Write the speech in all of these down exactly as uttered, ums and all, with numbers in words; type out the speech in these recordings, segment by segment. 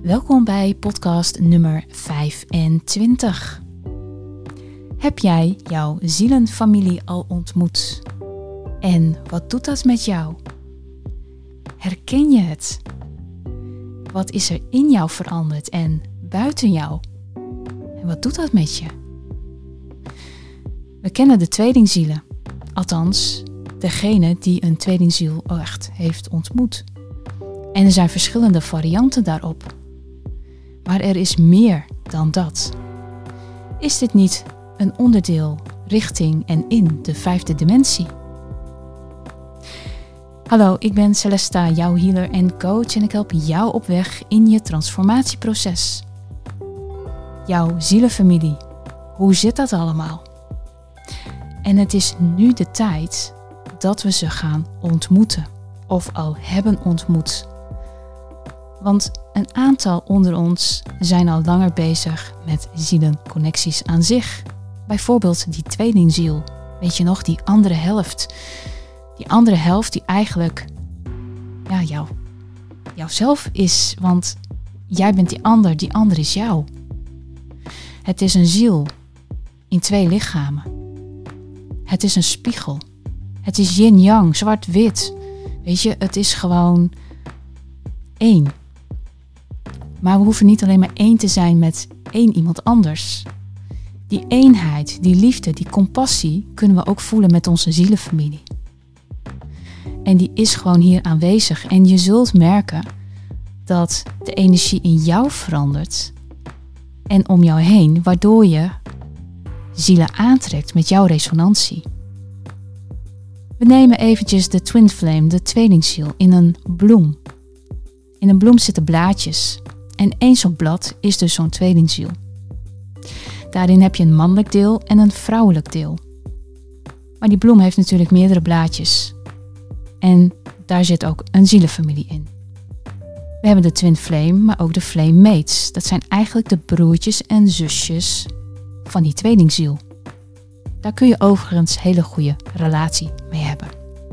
Welkom bij podcast nummer vijfentwintig. Heb jij jouw zielenfamilie al ontmoet? En wat doet dat met jou? Herken je het? Wat is er in jou veranderd en buiten jou? En wat doet dat met je? We kennen de tweelingzielen, althans degene die een tweelingziel echt heeft ontmoet. En er zijn verschillende varianten daarop. Maar er is meer dan dat. Is dit niet een onderdeel richting en in de vijfde dimensie? Hallo, ik ben Celesta, jouw healer en coach en ik help jou op weg in je transformatieproces. Jouw zielenfamilie, hoe zit dat allemaal? En het is nu de tijd dat we ze gaan ontmoeten, of al hebben ontmoet. Want een aantal onder ons zijn al langer bezig met zielenconnecties aan zich. Bijvoorbeeld die tweelingziel, weet je nog, die andere helft. Die andere helft die eigenlijk ja, jou, jouzelf is, want jij bent die ander, die ander is jou. Het is een ziel in twee lichamen. Het is een spiegel. Het is yin-yang, zwart-wit. Weet je, het is gewoon één. Maar we hoeven niet alleen maar één te zijn met één iemand anders. Die eenheid, die liefde, die compassie kunnen we ook voelen met onze zielenfamilie. En die is gewoon hier aanwezig. En je zult merken dat de energie in jou verandert en om jou heen, waardoor je zielen aantrekt met jouw resonantie. We nemen eventjes de twin flame, de tweelingziel, in een bloem. In een bloem zitten blaadjes. En één zo'n blad is dus zo'n tweelingziel. Daarin heb je een mannelijk deel en een vrouwelijk deel. Maar die bloem heeft natuurlijk meerdere blaadjes. En daar zit ook een zielenfamilie in. We hebben de twin flame, maar ook de flame mates. Dat zijn eigenlijk de broertjes en zusjes van die tweelingziel. Daar kun je overigens hele goede relatie mee hebben.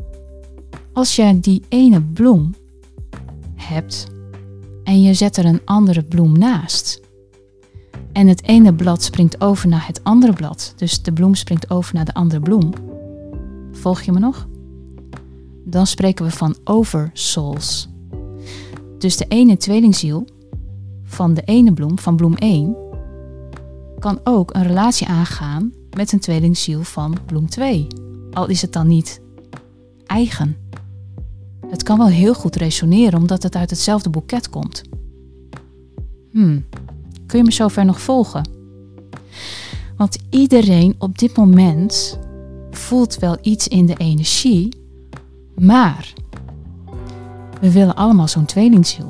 Als je die ene bloem hebt en je zet er een andere bloem naast en het ene blad springt over naar het andere blad, dus de bloem springt over naar de andere bloem, volg je me nog? Dan spreken we van oversouls. Dus de ene tweelingziel van de ene bloem, van bloem één, kan ook een relatie aangaan met een tweelingziel van bloem twee. Al is het dan niet eigen. Het kan wel heel goed resoneren omdat het uit hetzelfde boeket komt. Hmm, kun je me zover nog volgen? Want iedereen op dit moment voelt wel iets in de energie, maar we willen allemaal zo'n tweelingziel.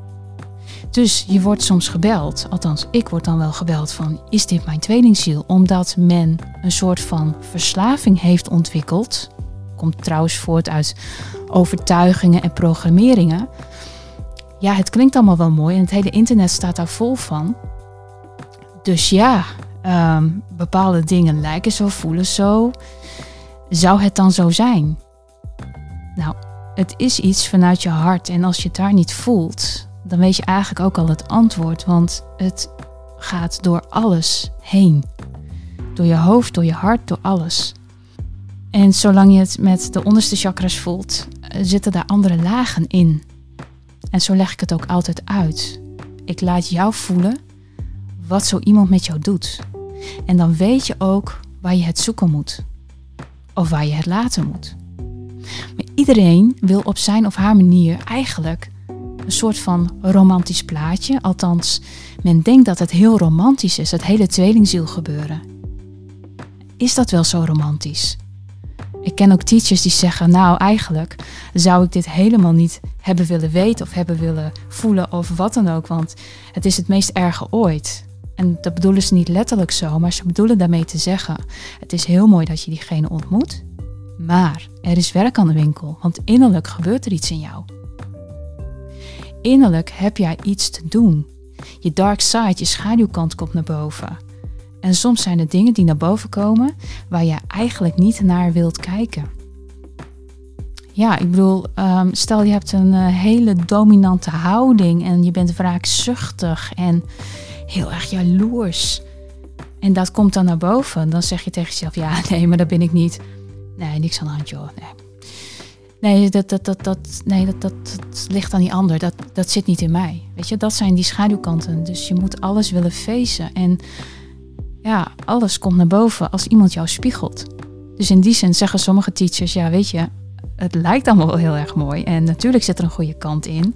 Dus je wordt soms gebeld, althans ik word dan wel gebeld van, is dit mijn tweelingziel? Omdat men een soort van verslaving heeft ontwikkeld. Komt trouwens voort uit overtuigingen en programmeringen. Ja, het klinkt allemaal wel mooi en het hele internet staat daar vol van. Dus ja, um, bepaalde dingen lijken zo, voelen zo. Zou het dan zo zijn? Nou, het is iets vanuit je hart en als je het daar niet voelt, dan weet je eigenlijk ook al het antwoord, want het gaat door alles heen. Door je hoofd, door je hart, door alles. En zolang je het met de onderste chakras voelt, zitten daar andere lagen in. En zo leg ik het ook altijd uit. Ik laat jou voelen wat zo iemand met jou doet. En dan weet je ook waar je het zoeken moet. Of waar je het laten moet. Maar iedereen wil op zijn of haar manier eigenlijk een soort van romantisch plaatje. Althans, men denkt dat het heel romantisch is, het hele tweelingziel gebeuren. Is dat wel zo romantisch? Ik ken ook teachers die zeggen, nou eigenlijk zou ik dit helemaal niet hebben willen weten of hebben willen voelen of wat dan ook. Want het is het meest erge ooit. En dat bedoelen ze niet letterlijk zo, maar ze bedoelen daarmee te zeggen, het is heel mooi dat je diegene ontmoet. Maar er is werk aan de winkel, want innerlijk gebeurt er iets in jou. Innerlijk heb jij iets te doen. Je dark side, je schaduwkant komt naar boven. En soms zijn er dingen die naar boven komen waar je eigenlijk niet naar wilt kijken. Ja, ik bedoel, um, stel je hebt een uh, hele dominante houding en je bent wraakzuchtig en heel erg jaloers. En dat komt dan naar boven. Dan zeg je tegen jezelf, ja, nee, maar dat ben ik niet. Nee, niks aan de hand, joh. Nee, nee, dat, dat, dat, dat, nee dat, dat, dat ligt aan die ander. Dat, dat zit niet in mij. Weet je, dat zijn die schaduwkanten. Dus je moet alles willen facen. En ja, alles komt naar boven als iemand jou spiegelt. Dus in die zin zeggen sommige teachers, ja, weet je, het lijkt allemaal wel heel erg mooi. En natuurlijk zit er een goede kant in.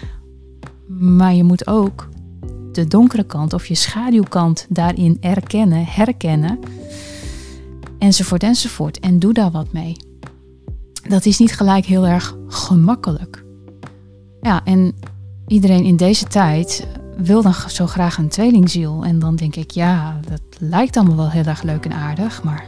Maar je moet ook de donkere kant of je schaduwkant daarin erkennen, herkennen. Enzovoort, enzovoort. En doe daar wat mee. Dat is niet gelijk heel erg gemakkelijk. Ja, en iedereen in deze tijd wil dan zo graag een tweelingziel. En dan denk ik, ja, dat lijkt allemaal wel heel erg leuk en aardig. Maar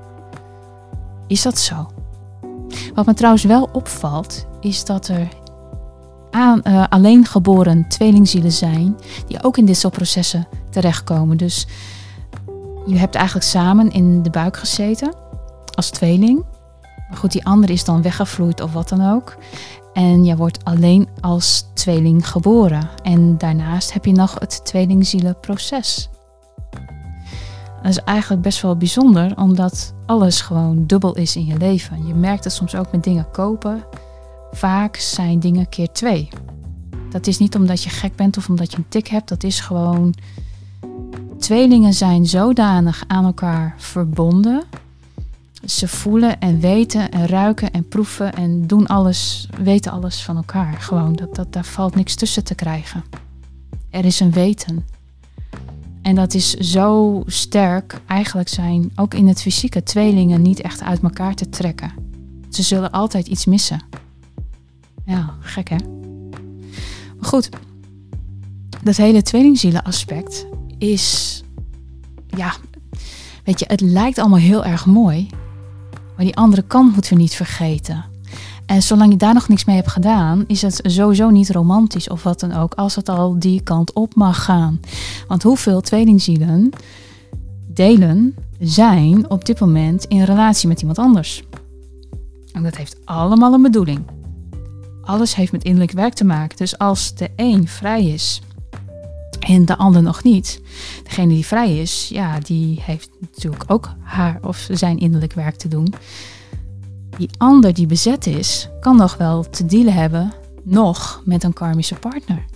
is dat zo? Wat me trouwens wel opvalt, is dat er aan, uh, alleen geboren tweelingzielen zijn die ook in dit soort processen terechtkomen. Dus je hebt eigenlijk samen in de buik gezeten als tweeling. Maar goed, die andere is dan weggevloeid of wat dan ook. En je wordt alleen als tweeling geboren. En daarnaast heb je nog het tweelingzielenproces. Dat is eigenlijk best wel bijzonder, omdat alles gewoon dubbel is in je leven. Je merkt het soms ook met dingen kopen. Vaak zijn dingen keer twee. Dat is niet omdat je gek bent of omdat je een tik hebt. Dat is gewoon, tweelingen zijn zodanig aan elkaar verbonden. Ze voelen en weten en ruiken en proeven en doen alles, weten alles van elkaar. Gewoon, dat, dat, daar valt niks tussen te krijgen. Er is een weten. En dat is zo sterk. Eigenlijk zijn ook in het fysieke tweelingen niet echt uit elkaar te trekken. Ze zullen altijd iets missen. Ja, gek hè? Maar goed, dat hele tweelingzielenaspect is, ja, weet je, het lijkt allemaal heel erg mooi. Maar die andere kant moeten we niet vergeten. En zolang je daar nog niks mee hebt gedaan, is het sowieso niet romantisch of wat dan ook, als het al die kant op mag gaan. Want hoeveel tweelingzielen delen zijn op dit moment in relatie met iemand anders? En dat heeft allemaal een bedoeling. Alles heeft met innerlijk werk te maken. Dus als de een vrij is en de ander nog niet, degene die vrij is, ja, die heeft natuurlijk ook haar of zijn innerlijk werk te doen. Die ander die bezet is, kan nog wel te dealen hebben nog met een karmische partner.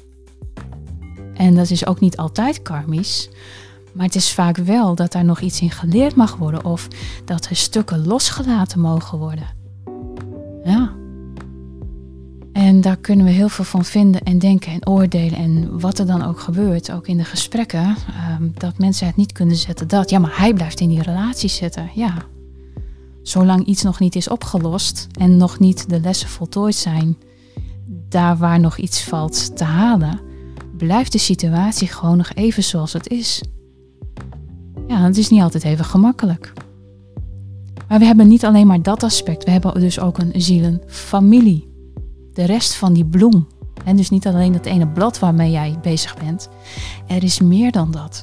En dat is ook niet altijd karmisch, maar het is vaak wel dat daar nog iets in geleerd mag worden of dat er stukken losgelaten mogen worden. Ja. En daar kunnen we heel veel van vinden en denken en oordelen en wat er dan ook gebeurt, ook in de gesprekken, um, dat mensen het niet kunnen zetten dat, ja, maar hij blijft in die relatie zitten. Ja. Zolang iets nog niet is opgelost en nog niet de lessen voltooid zijn, daar waar nog iets valt te halen, blijft de situatie gewoon nog even zoals het is. Ja, het is niet altijd even gemakkelijk. Maar we hebben niet alleen maar dat aspect, we hebben dus ook een zielenfamilie. De rest van die bloem. En dus niet alleen dat ene blad waarmee jij bezig bent. Er is meer dan dat.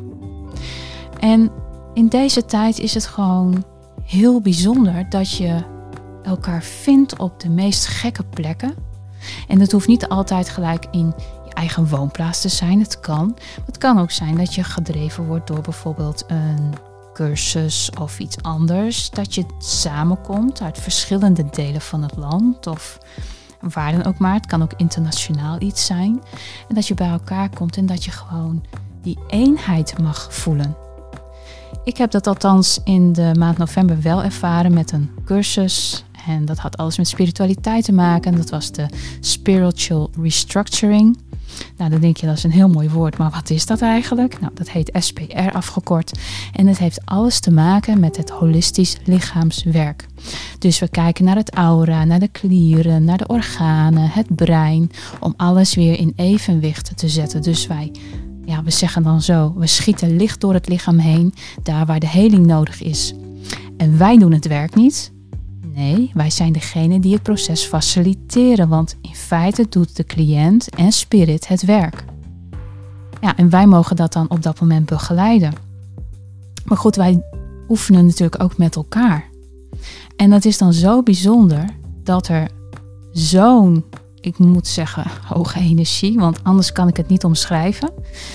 En in deze tijd is het gewoon heel bijzonder dat je elkaar vindt op de meest gekke plekken. En dat hoeft niet altijd gelijk in je eigen woonplaats te zijn. Het kan. Het kan ook zijn dat je gedreven wordt door bijvoorbeeld een cursus of iets anders. Dat je samenkomt uit verschillende delen van het land of waar dan ook maar. Het kan ook internationaal iets zijn. En dat je bij elkaar komt en dat je gewoon die eenheid mag voelen. Ik heb dat althans in de maand november wel ervaren met een cursus. En dat had alles met spiritualiteit te maken. Dat was de Spiritual Restructuring. Nou, dan denk je, dat is een heel mooi woord. Maar wat is dat eigenlijk? Nou, dat heet S P R afgekort. En het heeft alles te maken met het holistisch lichaamswerk. Dus we kijken naar het aura, naar de klieren, naar de organen, het brein. Om alles weer in evenwicht te zetten. Dus wij, ja, we zeggen dan zo, we schieten licht door het lichaam heen. Daar waar de heling nodig is. En wij doen het werk niet. Nee, wij zijn degene die het proces faciliteren, want in feite doet de cliënt en spirit het werk. Ja, en wij mogen dat dan op dat moment begeleiden. Maar goed, wij oefenen natuurlijk ook met elkaar. En dat is dan zo bijzonder dat er zo'n, ik moet zeggen, hoge energie, want anders kan ik het niet omschrijven.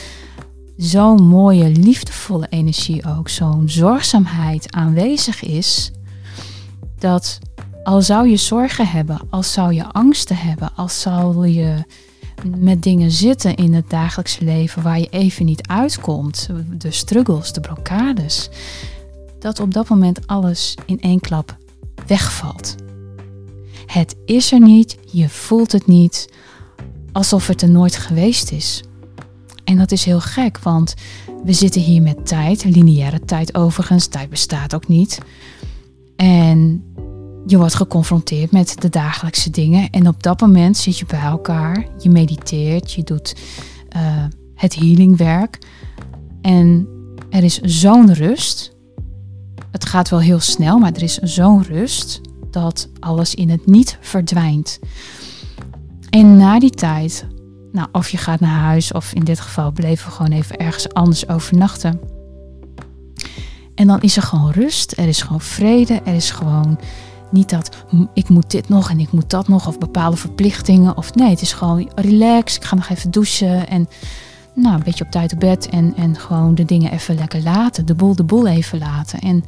Zo'n mooie, liefdevolle energie ook, zo'n zorgzaamheid aanwezig is, dat al zou je zorgen hebben, als zou je angsten hebben, als zou je met dingen zitten in het dagelijkse leven waar je even niet uitkomt, de struggles, de blokkades, dat op dat moment alles in één klap wegvalt. Het is er niet, je voelt het niet, alsof het er nooit geweest is. En dat is heel gek, want we zitten hier met tijd, lineaire tijd overigens, tijd bestaat ook niet. En je wordt geconfronteerd met de dagelijkse dingen en op dat moment zit je bij elkaar, je mediteert, je doet uh, het healingwerk en er is zo'n rust. Het gaat wel heel snel, maar er is zo'n rust dat alles in het niet verdwijnt. En na die tijd, nou, of je gaat naar huis of in dit geval bleven we gewoon even ergens anders overnachten. En dan is er gewoon rust, er is gewoon vrede, er is gewoon niet dat ik moet dit nog en ik moet dat nog of bepaalde verplichtingen. Of nee, het is gewoon relax, ik ga nog even douchen en nou, een beetje op tijd op bed en, en gewoon de dingen even lekker laten, de boel de boel even laten. En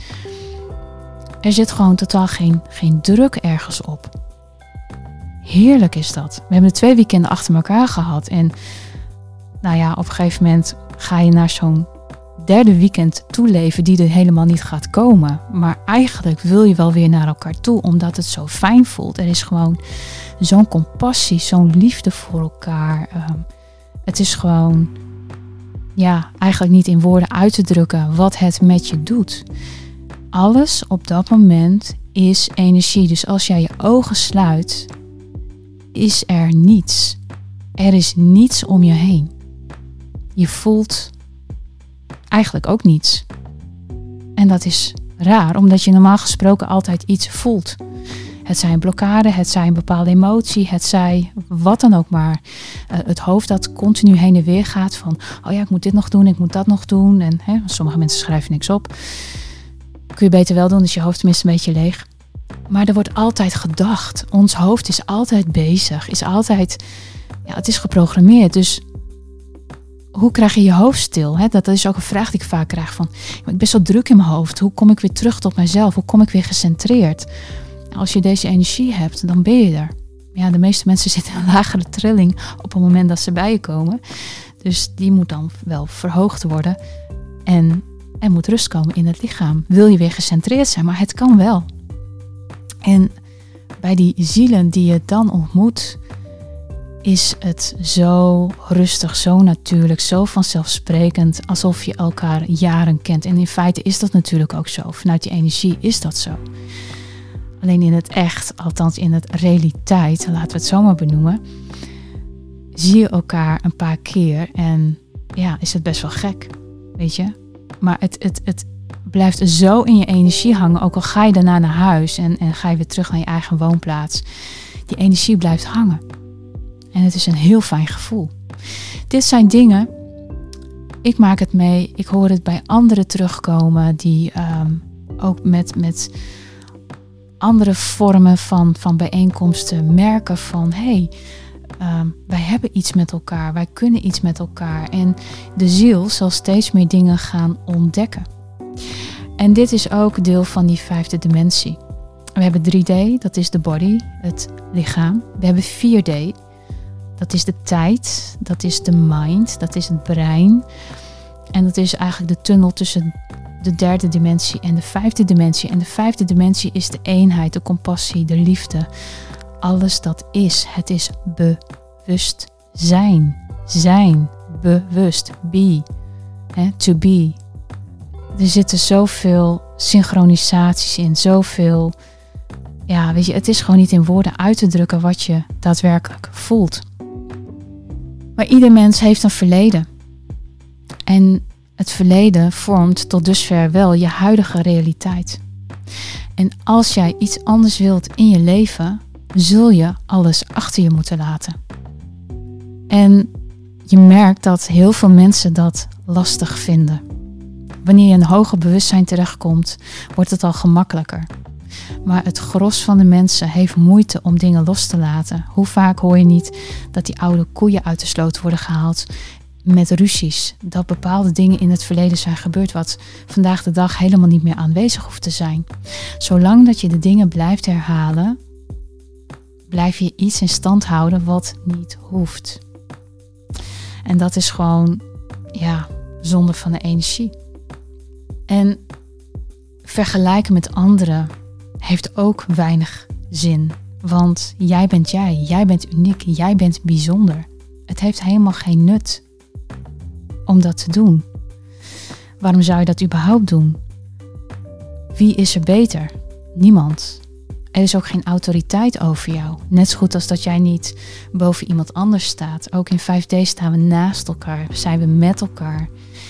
er zit gewoon totaal geen, geen druk ergens op. Heerlijk is dat. We hebben twee weekenden achter elkaar gehad en nou ja, op een gegeven moment ga je naar zo'n derde weekend toeleven die er helemaal niet gaat komen. Maar eigenlijk wil je wel weer naar elkaar toe, omdat het zo fijn voelt. Er is gewoon zo'n compassie, zo'n liefde voor elkaar. Um, het is gewoon, ja, eigenlijk niet in woorden uit te drukken wat het met je doet. Alles op dat moment is energie. Dus als jij je ogen sluit, is er niets. Er is niets om je heen. Je voelt eigenlijk ook niets. En dat is raar, omdat je normaal gesproken altijd iets voelt. Het zij een blokkade, het zij een bepaalde emotie, het zij wat dan ook maar. Uh, het hoofd dat continu heen en weer gaat van, oh ja, ik moet dit nog doen, ik moet dat nog doen. En hè, sommige mensen schrijven niks op. Kun je beter wel doen, is je hoofd tenminste een beetje leeg. Maar er wordt altijd gedacht. Ons hoofd is altijd bezig, is altijd, ja, het is geprogrammeerd. Dus hoe krijg je je hoofd stil? Hè? Dat is ook een vraag die ik vaak krijg van, ik ben zo druk in mijn hoofd. Hoe kom ik weer terug tot mezelf? Hoe kom ik weer gecentreerd? Als je deze energie hebt, dan ben je er. Ja, de meeste mensen zitten in een lagere trilling op het moment dat ze bij je komen. Dus die moet dan wel verhoogd worden. En er moet rust komen in het lichaam. Wil je weer gecentreerd zijn, maar het kan wel. En bij die zielen die je dan ontmoet, is het zo rustig, zo natuurlijk, zo vanzelfsprekend, alsof je elkaar jaren kent. En in feite is dat natuurlijk ook zo. Vanuit die energie is dat zo. Alleen in het echt, althans in het realiteit, laten we het zo maar benoemen, zie je elkaar een paar keer en ja, is het best wel gek, weet je. Maar het, het, het blijft zo in je energie hangen, ook al ga je daarna naar huis en, en ga je weer terug naar je eigen woonplaats. Die energie blijft hangen. En het is een heel fijn gevoel. Dit zijn dingen, ik maak het mee, ik hoor het bij anderen terugkomen die um, ook met, met andere vormen van, van bijeenkomsten merken van, hé, hey, um, wij hebben iets met elkaar, wij kunnen iets met elkaar. En de ziel zal steeds meer dingen gaan ontdekken. En dit is ook deel van die vijfde dimensie. We hebben drie D, dat is de body, het lichaam. We hebben vier D. Dat is de tijd, dat is de mind, dat is het brein. En dat is eigenlijk de tunnel tussen de derde dimensie en de vijfde dimensie. En de vijfde dimensie is de eenheid, de compassie, de liefde. Alles dat is. Het is bewustzijn. Zijn. Bewust. Be. He, to be. Er zitten zoveel synchronisaties in. Zoveel. Ja, weet je, het is gewoon niet in woorden uit te drukken wat je daadwerkelijk voelt. Maar ieder mens heeft een verleden. En het verleden vormt tot dusver wel je huidige realiteit. En als jij iets anders wilt in je leven, zul je alles achter je moeten laten. En je merkt dat heel veel mensen dat lastig vinden. Wanneer je in een hoger bewustzijn terechtkomt, wordt het al gemakkelijker. Maar het gros van de mensen heeft moeite om dingen los te laten. Hoe vaak hoor je niet dat die oude koeien uit de sloot worden gehaald met ruzies. Dat bepaalde dingen in het verleden zijn gebeurd wat vandaag de dag helemaal niet meer aanwezig hoeft te zijn. Zolang dat je de dingen blijft herhalen, blijf je iets in stand houden wat niet hoeft. En dat is gewoon, ja, zonde van de energie. En vergelijken met anderen heeft ook weinig zin. Want jij bent jij, jij bent uniek, jij bent bijzonder. Het heeft helemaal geen nut om dat te doen. Waarom zou je dat überhaupt doen? Wie is er beter? Niemand. Er is ook geen autoriteit over jou. Net zo goed als dat jij niet boven iemand anders staat. Ook in vijf D staan we naast elkaar. Zijn we met elkaar.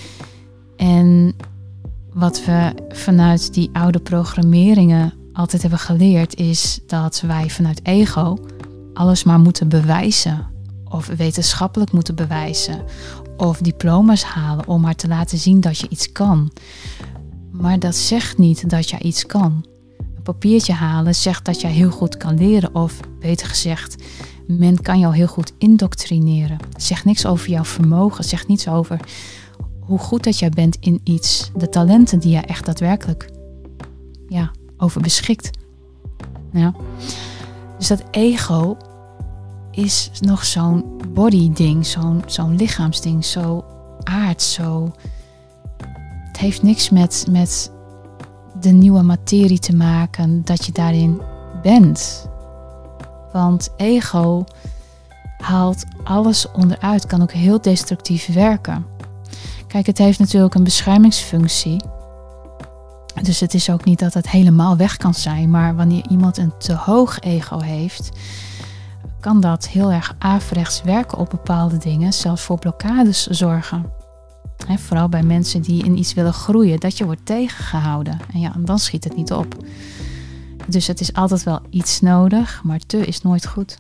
En wat we vanuit die oude programmeringen altijd hebben geleerd is dat wij vanuit ego alles maar moeten bewijzen. Of wetenschappelijk moeten bewijzen. Of diploma's halen om maar te laten zien dat je iets kan. Maar dat zegt niet dat jij iets kan. Een papiertje halen zegt dat jij heel goed kan leren. Of beter gezegd, men kan jou heel goed indoctrineren. Het zegt niks over jouw vermogen. Het zegt niets over hoe goed dat jij bent in iets. De talenten die jij echt daadwerkelijk ja, over beschikt. Ja. Dus dat ego is nog zo'n body ding. Zo'n, zo'n lichaamsding. Zo aard. Zo. Het heeft niks met, met de nieuwe materie te maken. Dat je daarin bent. Want ego haalt alles onderuit. Kan ook heel destructief werken. Kijk, het heeft natuurlijk een beschermingsfunctie. Dus het is ook niet dat het helemaal weg kan zijn. Maar wanneer iemand een te hoog ego heeft, kan dat heel erg averechts werken op bepaalde dingen. Zelfs voor blokkades zorgen. He, vooral bij mensen die in iets willen groeien. Dat je wordt tegengehouden. En ja, dan schiet het niet op. Dus het is altijd wel iets nodig. Maar te is nooit goed.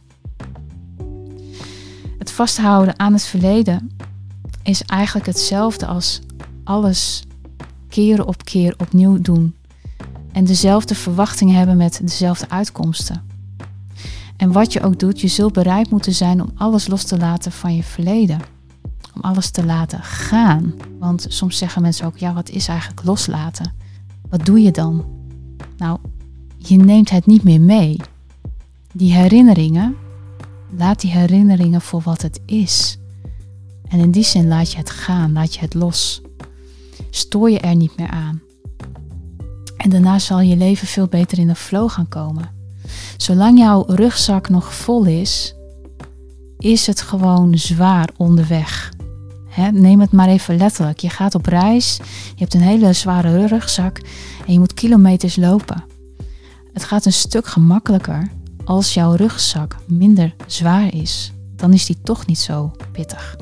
Het vasthouden aan het verleden is eigenlijk hetzelfde als alles keer op keer opnieuw doen. En dezelfde verwachtingen hebben met dezelfde uitkomsten. En wat je ook doet, je zult bereid moeten zijn om alles los te laten van je verleden. Om alles te laten gaan. Want soms zeggen mensen ook, ja, wat is eigenlijk loslaten? Wat doe je dan? Nou, je neemt het niet meer mee. Die herinneringen, laat die herinneringen voor wat het is. En in die zin laat je het gaan, laat je het los. Stoor je er niet meer aan. En daarna zal je leven veel beter in de flow gaan komen. Zolang jouw rugzak nog vol is, is het gewoon zwaar onderweg. He, neem het maar even letterlijk. Je gaat op reis, je hebt een hele zware rugzak en je moet kilometers lopen. Het gaat een stuk gemakkelijker als jouw rugzak minder zwaar is. Dan is die toch niet zo pittig.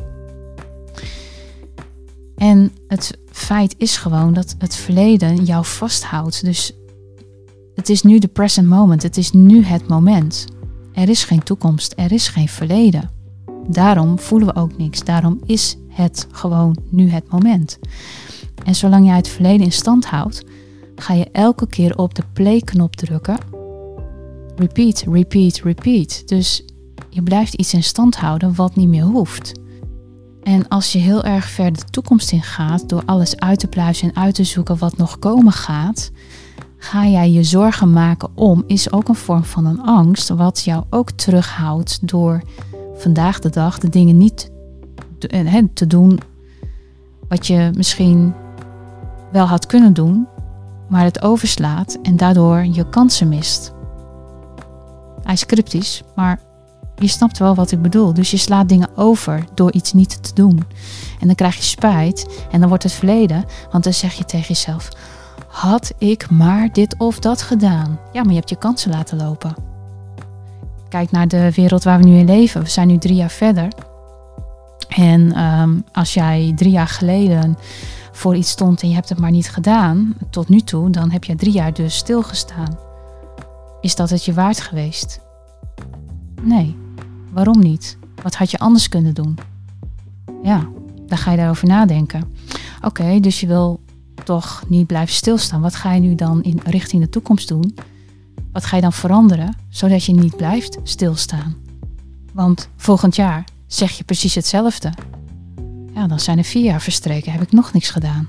En het feit is gewoon dat het verleden jou vasthoudt. Dus het is nu de present moment. Het is nu het moment. Er is geen toekomst. Er is geen verleden. Daarom voelen we ook niks. Daarom is het gewoon nu het moment. En zolang jij het verleden in stand houdt, ga je elke keer op de play-knop drukken. Repeat, repeat, repeat. Dus je blijft iets in stand houden wat niet meer hoeft. En als je heel erg ver de toekomst in gaat, door alles uit te pluizen en uit te zoeken wat nog komen gaat, ga jij je zorgen maken om, is ook een vorm van een angst, wat jou ook terughoudt door vandaag de dag de dingen niet te, te doen wat je misschien wel had kunnen doen, maar het overslaat en daardoor je kansen mist. Hij is cryptisch, maar je snapt wel wat ik bedoel. Dus je slaat dingen over door iets niet te doen. En dan krijg je spijt en dan wordt het verleden. Want dan zeg je tegen jezelf, had ik maar dit of dat gedaan. Ja, maar je hebt je kansen laten lopen. Kijk naar de wereld waar we nu in leven. We zijn nu drie jaar verder. En um, als jij drie jaar geleden voor iets stond en je hebt het maar niet gedaan, tot nu toe, dan heb je drie jaar dus stilgestaan. Is dat het je waard geweest? Nee. Waarom niet? Wat had je anders kunnen doen? Ja, dan ga je daarover nadenken. Oké, okay, dus je wil toch niet blijven stilstaan. Wat ga je nu dan in richting de toekomst doen? Wat ga je dan veranderen, zodat je niet blijft stilstaan? Want volgend jaar zeg je precies hetzelfde. Ja, dan zijn er vier jaar verstreken, heb ik nog niks gedaan.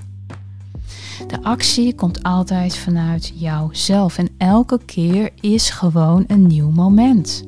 De actie komt altijd vanuit jouzelf en elke keer is gewoon een nieuw moment.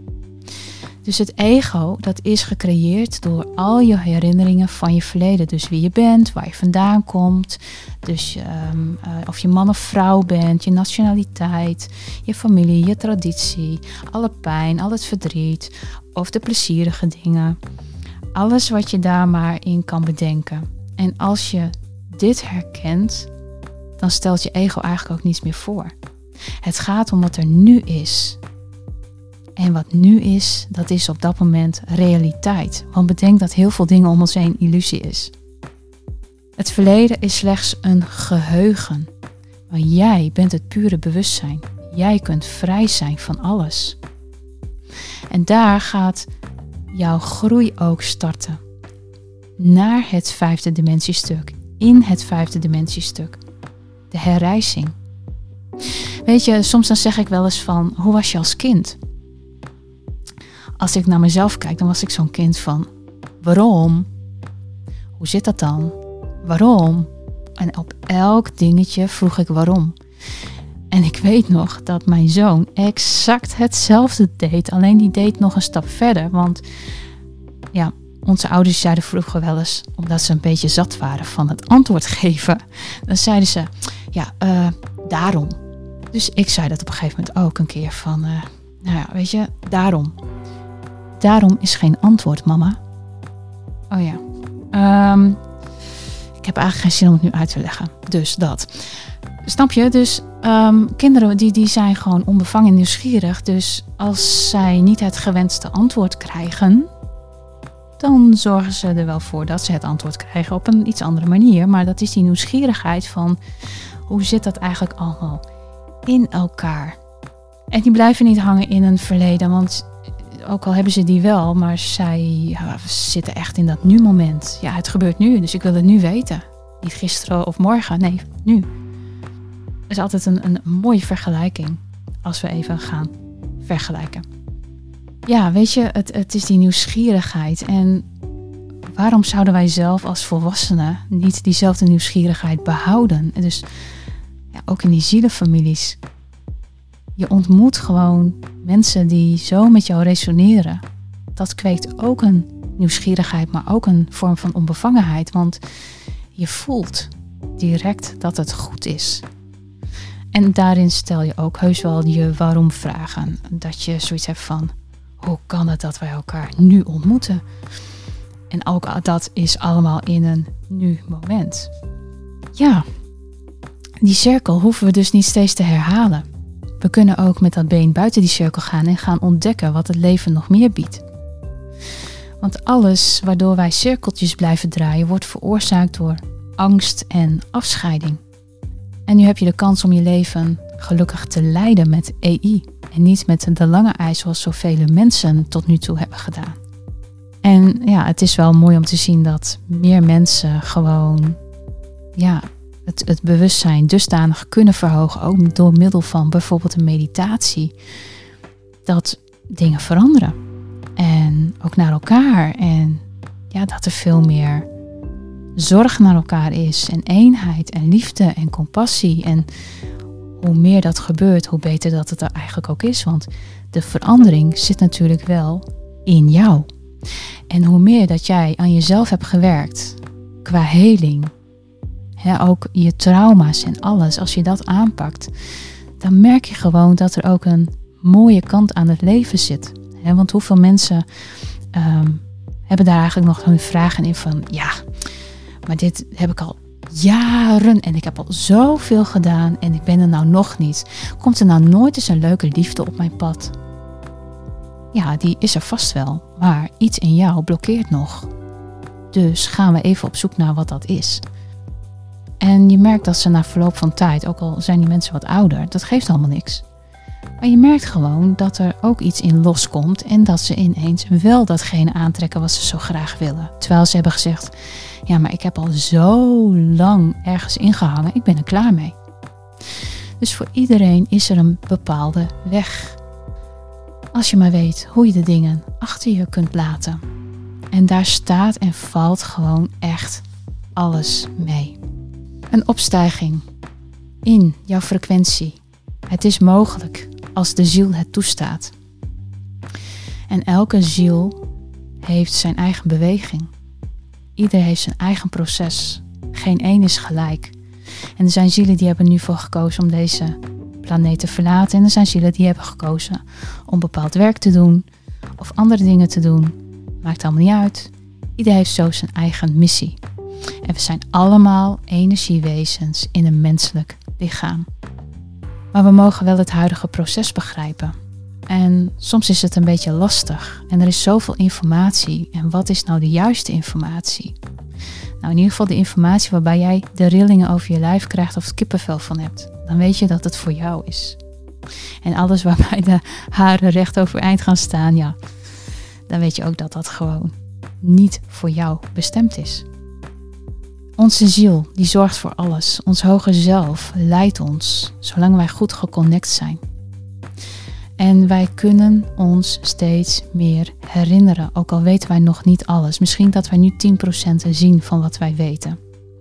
Dus het ego, dat is gecreëerd door al je herinneringen van je verleden. Dus wie je bent, waar je vandaan komt. Dus um, uh, of je man of vrouw bent, je nationaliteit, je familie, je traditie. Alle pijn, al het verdriet of de plezierige dingen. Alles wat je daar maar in kan bedenken. En als je dit herkent, dan stelt je ego eigenlijk ook niets meer voor. Het gaat om wat er nu is. En wat nu is, dat is op dat moment realiteit. Want bedenk dat heel veel dingen om ons heen illusie is. Het verleden is slechts een geheugen. Maar jij bent het pure bewustzijn. Jij kunt vrij zijn van alles. En daar gaat jouw groei ook starten. Naar het vijfde dimensiestuk. In het vijfde dimensiestuk. De herrijzing. Weet je, soms dan zeg ik wel eens van, hoe was je als kind? Als ik naar mezelf kijk, dan was ik zo'n kind van, waarom? Hoe zit dat dan? Waarom? En op elk dingetje vroeg ik waarom. En ik weet nog dat mijn zoon exact hetzelfde deed. Alleen die deed nog een stap verder. Want ja, onze ouders zeiden vroeger wel eens, omdat ze een beetje zat waren van het antwoord geven. Dan zeiden ze, ja, uh, daarom. Dus ik zei dat op een gegeven moment ook een keer van, uh, nou ja, weet je, daarom. Daarom is geen antwoord, mama. Oh ja. Um, ik heb eigenlijk geen zin om het nu uit te leggen. Dus dat. Snap je? Dus um, kinderen die, die zijn gewoon onbevangen en nieuwsgierig. Dus als zij niet het gewenste antwoord krijgen, dan zorgen ze er wel voor dat ze het antwoord krijgen op een iets andere manier. Maar dat is die nieuwsgierigheid van, hoe zit dat eigenlijk allemaal in elkaar? En die blijven niet hangen in een verleden, want ook al hebben ze die wel, maar zij ja, zitten echt in dat nu-moment. Ja, het gebeurt nu, dus ik wil het nu weten. Niet gisteren of morgen, nee, nu. Dat is altijd een, een mooie vergelijking, als we even gaan vergelijken. Ja, weet je, het, het is die nieuwsgierigheid. En waarom zouden wij zelf als volwassenen niet diezelfde nieuwsgierigheid behouden? En dus ja, ook in die zielenfamilies. Je ontmoet gewoon mensen die zo met jou resoneren. Dat kweekt ook een nieuwsgierigheid, maar ook een vorm van onbevangenheid. Want je voelt direct dat het goed is. En daarin stel je ook heus wel je waarom vragen. Dat je zoiets hebt van, hoe kan het dat wij elkaar nu ontmoeten? En ook dat is allemaal in een nu moment. Ja, die cirkel hoeven we dus niet steeds te herhalen. We kunnen ook met dat been buiten die cirkel gaan en gaan ontdekken wat het leven nog meer biedt. Want alles waardoor wij cirkeltjes blijven draaien wordt veroorzaakt door angst en afscheiding. En nu heb je de kans om je leven gelukkig te leiden met A I en niet met de lange ei zoals zoveel mensen tot nu toe hebben gedaan. En ja, het is wel mooi om te zien dat meer mensen gewoon ja, het, het bewustzijn dusdanig kunnen verhogen, ook door middel van bijvoorbeeld een meditatie, dat dingen veranderen. En ook naar elkaar. En ja, dat er veel meer zorg naar elkaar is. En eenheid en liefde en compassie. En hoe meer dat gebeurt, hoe beter dat het er eigenlijk ook is. Want de verandering zit natuurlijk wel in jou. En hoe meer dat jij aan jezelf hebt gewerkt, qua heling, hè, ook je trauma's en alles, als je dat aanpakt, dan merk je gewoon dat er ook een mooie kant aan het leven zit. Hè, want hoeveel mensen um, hebben daar eigenlijk nog hun vragen in van, ja, maar dit heb ik al jaren en ik heb al zoveel gedaan en ik ben er nou nog niet. Komt er nou nooit eens een leuke liefde op mijn pad? Ja, die is er vast wel, maar iets in jou blokkeert nog. Dus gaan we even op zoek naar wat dat is. En je merkt dat ze na verloop van tijd, ook al zijn die mensen wat ouder, dat geeft allemaal niks. Maar je merkt gewoon dat er ook iets in loskomt en dat ze ineens wel datgene aantrekken wat ze zo graag willen. Terwijl ze hebben gezegd, ja, maar ik heb al zo lang ergens ingehangen, ik ben er klaar mee. Dus voor iedereen is er een bepaalde weg. Als je maar weet hoe je de dingen achter je kunt laten. En daar staat en valt gewoon echt alles mee. Een opstijging in jouw frequentie. Het is mogelijk als de ziel het toestaat. En elke ziel heeft zijn eigen beweging. Ieder heeft zijn eigen proces. Geen één is gelijk. En er zijn zielen die hebben nu voor gekozen om deze planeet te verlaten. En er zijn zielen die hebben gekozen om bepaald werk te doen. Of andere dingen te doen. Maakt allemaal niet uit. Ieder heeft zo zijn eigen missie. En we zijn allemaal energiewezens in een menselijk lichaam. Maar we mogen wel het huidige proces begrijpen. En soms is het een beetje lastig. En er is zoveel informatie. En wat is nou de juiste informatie? Nou, in ieder geval de informatie waarbij jij de rillingen over je lijf krijgt of het kippenvel van hebt. Dan weet je dat het voor jou is. En alles waarbij de haren recht overeind gaan staan, ja, dan weet je ook dat dat gewoon niet voor jou bestemd is. Onze ziel, die zorgt voor alles. Ons hoger zelf leidt ons, zolang wij goed geconnect zijn. En wij kunnen ons steeds meer herinneren, ook al weten wij nog niet alles. Misschien dat wij nu tien procent zien van wat wij weten.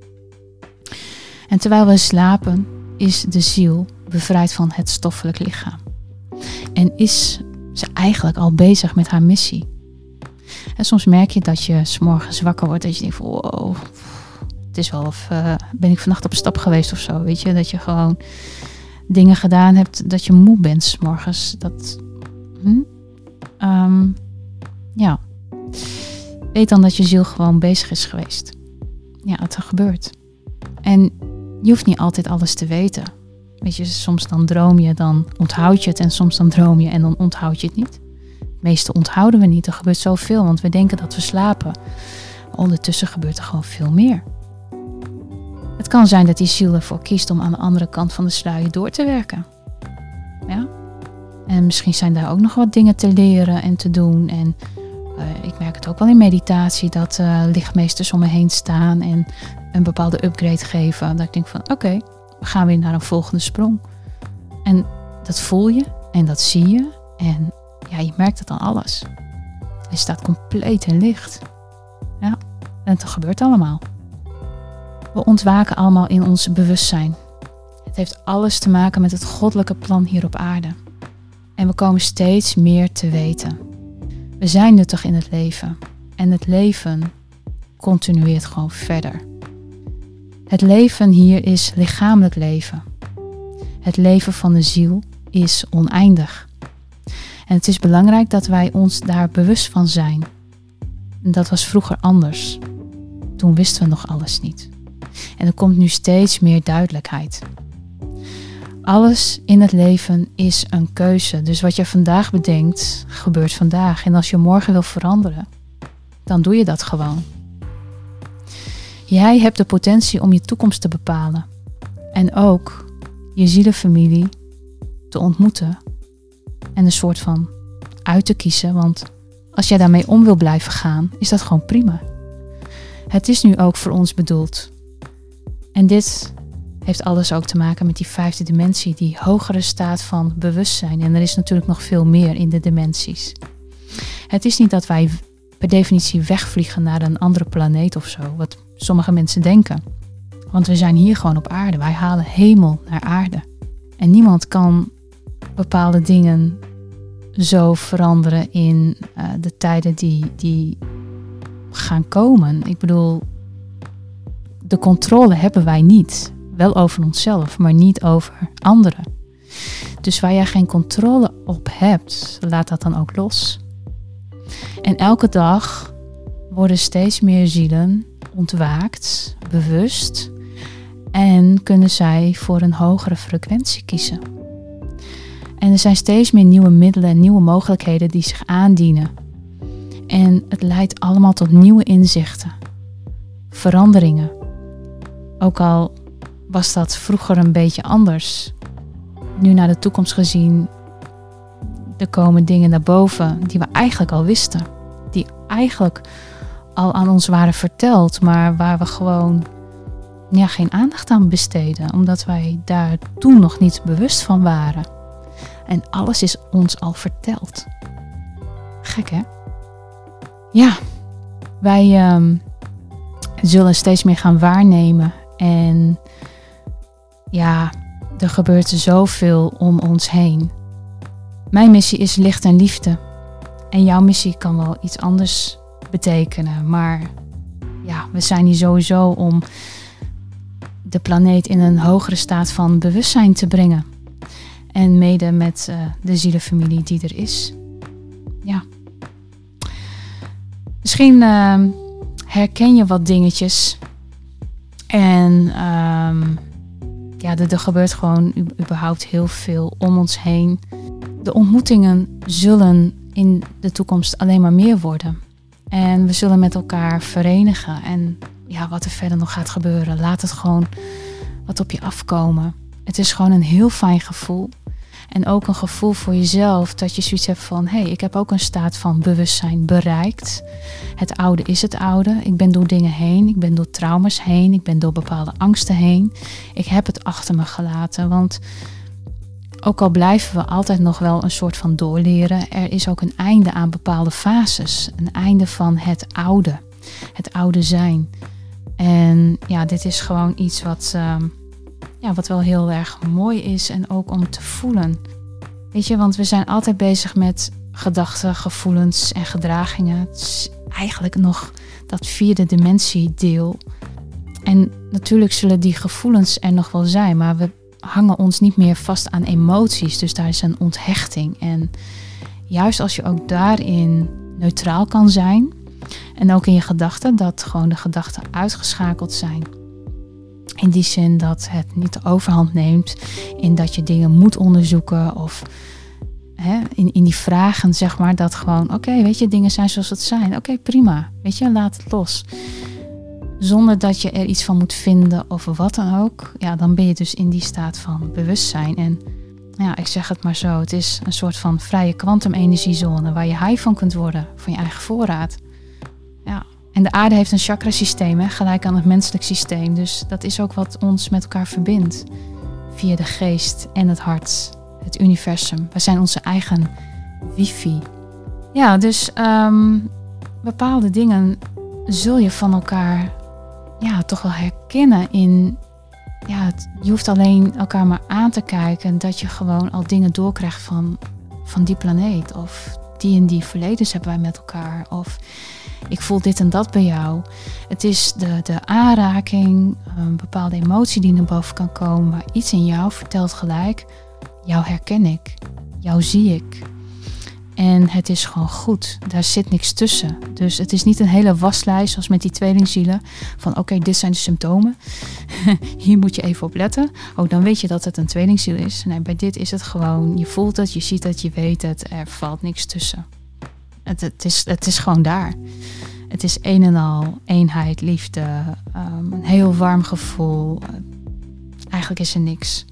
En terwijl we slapen, is de ziel bevrijd van het stoffelijk lichaam. En is ze eigenlijk al bezig met haar missie. En soms merk je dat je 's morgens wakker wordt, dat je denkt van wow, het is wel of uh, ben ik vannacht op stap geweest of zo, weet je, dat je gewoon dingen gedaan hebt, dat je moe bent 's morgens. Dat, hm? um, ja. Weet dan dat je ziel gewoon bezig is geweest. Ja, het gebeurt. En je hoeft niet altijd alles te weten. Weet je, soms dan droom je, dan onthoud je het. En soms dan droom je en dan onthoud je het niet. Het meeste onthouden we niet. Er gebeurt zoveel, want we denken dat we slapen. Maar ondertussen gebeurt er gewoon veel meer. Het kan zijn dat die ziel ervoor kiest om aan de andere kant van de sluier door te werken. Ja? En misschien zijn daar ook nog wat dingen te leren en te doen. En uh, ik merk het ook wel in meditatie dat uh, lichtmeesters om me heen staan en een bepaalde upgrade geven. Dat ik denk van oké, okay, we gaan weer naar een volgende sprong. En dat voel je en dat zie je. En ja, je merkt het aan alles. Je staat compleet in licht. Ja, en het gebeurt allemaal. We ontwaken allemaal in ons bewustzijn. Het heeft alles te maken met het goddelijke plan hier op aarde. En we komen steeds meer te weten. We zijn nuttig in het leven. En het leven continueert gewoon verder. Het leven hier is lichamelijk leven. Het leven van de ziel is oneindig. En het is belangrijk dat wij ons daar bewust van zijn. En dat was vroeger anders. Toen wisten we nog alles niet. En er komt nu steeds meer duidelijkheid. Alles in het leven is een keuze. Dus wat je vandaag bedenkt, gebeurt vandaag. En als je morgen wil veranderen, dan doe je dat gewoon. Jij hebt de potentie om je toekomst te bepalen. En ook je zielenfamilie te ontmoeten. En een soort van uit te kiezen. Want als jij daarmee om wil blijven gaan, is dat gewoon prima. Het is nu ook voor ons bedoeld. En dit heeft alles ook te maken met die vijfde dimensie, die hogere staat van bewustzijn. En er is natuurlijk nog veel meer in de dimensies. Het is niet dat wij per definitie wegvliegen naar een andere planeet of zo, wat sommige mensen denken. Want we zijn hier gewoon op aarde. Wij halen hemel naar aarde. En niemand kan bepaalde dingen zo veranderen in uh, de tijden die, die gaan komen. Ik bedoel, de controle hebben wij niet. Wel over onszelf, maar niet over anderen. Dus waar jij geen controle op hebt, laat dat dan ook los. En elke dag worden steeds meer zielen ontwaakt, bewust. En kunnen zij voor een hogere frequentie kiezen. En er zijn steeds meer nieuwe middelen en nieuwe mogelijkheden die zich aandienen. En het leidt allemaal tot nieuwe inzichten. Veranderingen. Ook al was dat vroeger een beetje anders. Nu naar de toekomst gezien, er komen dingen naar boven die we eigenlijk al wisten. Die eigenlijk al aan ons waren verteld, maar waar we gewoon ja, geen aandacht aan besteden. Omdat wij daar toen nog niet bewust van waren. En alles is ons al verteld. Gek, hè? Ja, wij um, zullen steeds meer gaan waarnemen. En ja, er gebeurt zoveel om ons heen. Mijn missie is licht en liefde. En jouw missie kan wel iets anders betekenen. Maar ja, we zijn hier sowieso om de planeet in een hogere staat van bewustzijn te brengen. En mede met uh, de zielenfamilie die er is. Ja. Misschien uh, herken je wat dingetjes. En um, ja, er, er gebeurt gewoon überhaupt heel veel om ons heen. De ontmoetingen zullen in de toekomst alleen maar meer worden. En we zullen met elkaar verenigen. En ja, wat er verder nog gaat gebeuren, laat het gewoon wat op je afkomen. Het is gewoon een heel fijn gevoel. En ook een gevoel voor jezelf dat je zoiets hebt van, hé, hey, ik heb ook een staat van bewustzijn bereikt. Het oude is het oude. Ik ben door dingen heen. Ik ben door trauma's heen. Ik ben door bepaalde angsten heen. Ik heb het achter me gelaten. Want ook al blijven we altijd nog wel een soort van doorleren, er is ook een einde aan bepaalde fases. Een einde van het oude. Het oude zijn. En ja, dit is gewoon iets wat, uh, ja, wat wel heel erg mooi is en ook om te voelen. Weet je, want we zijn altijd bezig met gedachten, gevoelens en gedragingen. Het is eigenlijk nog dat vierde dimensiedeel. En natuurlijk zullen die gevoelens er nog wel zijn, maar we hangen ons niet meer vast aan emoties. Dus daar is een onthechting. En juist als je ook daarin neutraal kan zijn. En ook in je gedachten, dat gewoon de gedachten uitgeschakeld zijn. In die zin dat het niet de overhand neemt. In dat je dingen moet onderzoeken. Of hè, in, in die vragen zeg maar. Dat gewoon, oké, okay, weet je, dingen zijn zoals het zijn. Oké, okay, prima. Weet je, laat het los. Zonder dat je er iets van moet vinden of wat dan ook. Ja, dan ben je dus in die staat van bewustzijn. En ja, ik zeg het maar zo. Het is een soort van vrije kwantumenergiezone. Waar je high van kunt worden. Van je eigen voorraad. Ja. En de aarde heeft een chakrasysteem. Hè, gelijk aan het menselijk systeem. Dus dat is ook wat ons met elkaar verbindt. Via de geest en het hart. Het universum. We zijn onze eigen wifi. Ja, dus um, bepaalde dingen zul je van elkaar ja, toch wel herkennen in. Ja, het, je hoeft alleen elkaar maar aan te kijken. Dat je gewoon al dingen doorkrijgt van, van die planeet. Of die en die verledens hebben wij met elkaar. Of ik voel dit en dat bij jou. Het is de, de aanraking, een bepaalde emotie die naar boven kan komen. Maar iets in jou vertelt gelijk, jou herken ik. Jou zie ik. En het is gewoon goed. Daar zit niks tussen. Dus het is niet een hele waslijst zoals met die tweelingzielen. Van oké, okay, dit zijn de symptomen. Hier moet je even op letten. Oh, dan weet je dat het een tweelingziel is. Nee, bij dit is het gewoon. Je voelt het, je ziet het, je weet het. Er valt niks tussen. Het, het, is, het is gewoon daar. Het is een en al eenheid, liefde. Um, een heel warm gevoel. Uh, eigenlijk is er niks.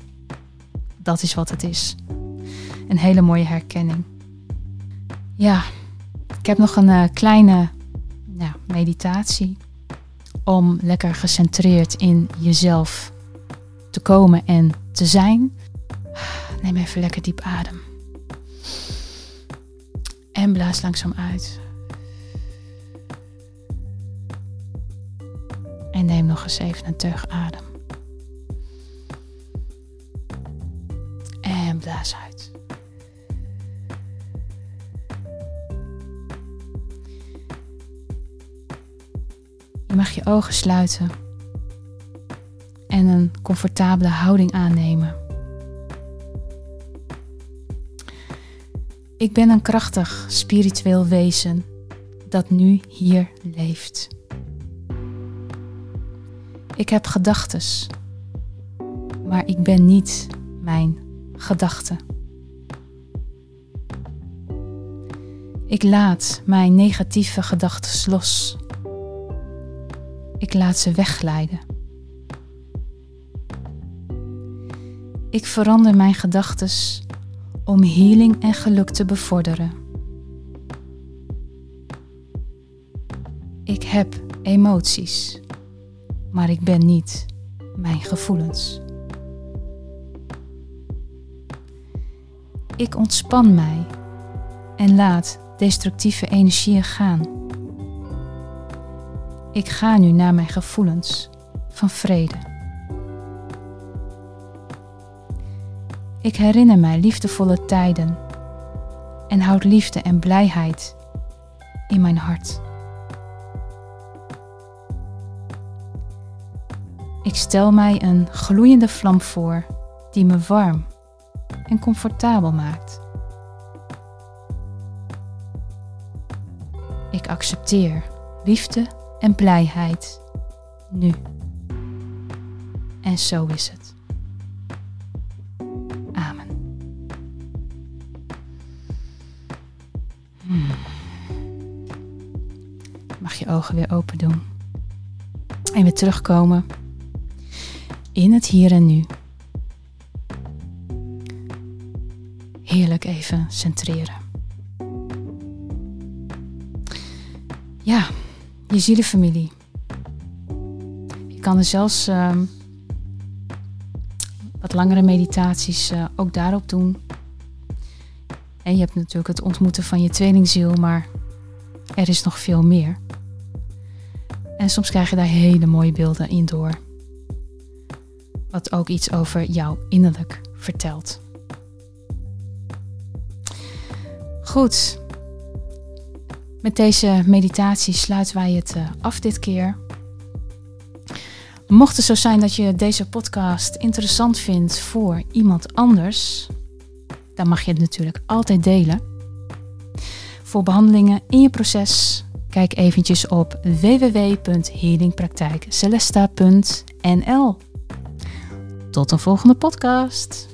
Dat is wat het is. Een hele mooie herkenning. Ja, ik heb nog een uh, kleine ja, meditatie om lekker gecentreerd in jezelf te komen en te zijn. Neem even lekker diep adem. En blaas langzaam uit. En neem nog eens even een teug adem. En blaas uit. Je mag je ogen sluiten en een comfortabele houding aannemen. Ik ben een krachtig spiritueel wezen dat nu hier leeft. Ik heb gedachtes, maar ik ben niet mijn gedachten. Ik laat mijn negatieve gedachten los. Ik laat ze wegglijden. Ik verander mijn gedachten om healing en geluk te bevorderen. Ik heb emoties, maar ik ben niet mijn gevoelens. Ik ontspan mij en laat destructieve energieën gaan. Ik ga nu naar mijn gevoelens van vrede. Ik herinner mij liefdevolle tijden en houd liefde en blijheid in mijn hart. Ik stel mij een gloeiende vlam voor die me warm en comfortabel maakt. Ik accepteer liefde en blijheid nu. En zo is het. Amen. Hmm. Mag je ogen weer open doen. En weer terugkomen in het hier en nu. Heerlijk even centreren. Ja, je zielenfamilie. Je kan er zelfs uh, wat langere meditaties uh, ook daarop doen. En je hebt natuurlijk het ontmoeten van je tweelingziel, maar er is nog veel meer. En soms krijg je daar hele mooie beelden in door. Wat ook iets over jouw innerlijk vertelt. Goed. Met deze meditatie sluiten wij het uh, af dit keer. Mocht het zo zijn dat je deze podcast interessant vindt voor iemand anders, dan mag je het natuurlijk altijd delen. Voor behandelingen in je proces, kijk eventjes op w w w punt healing praktijk celesta punt n l. Tot een volgende podcast.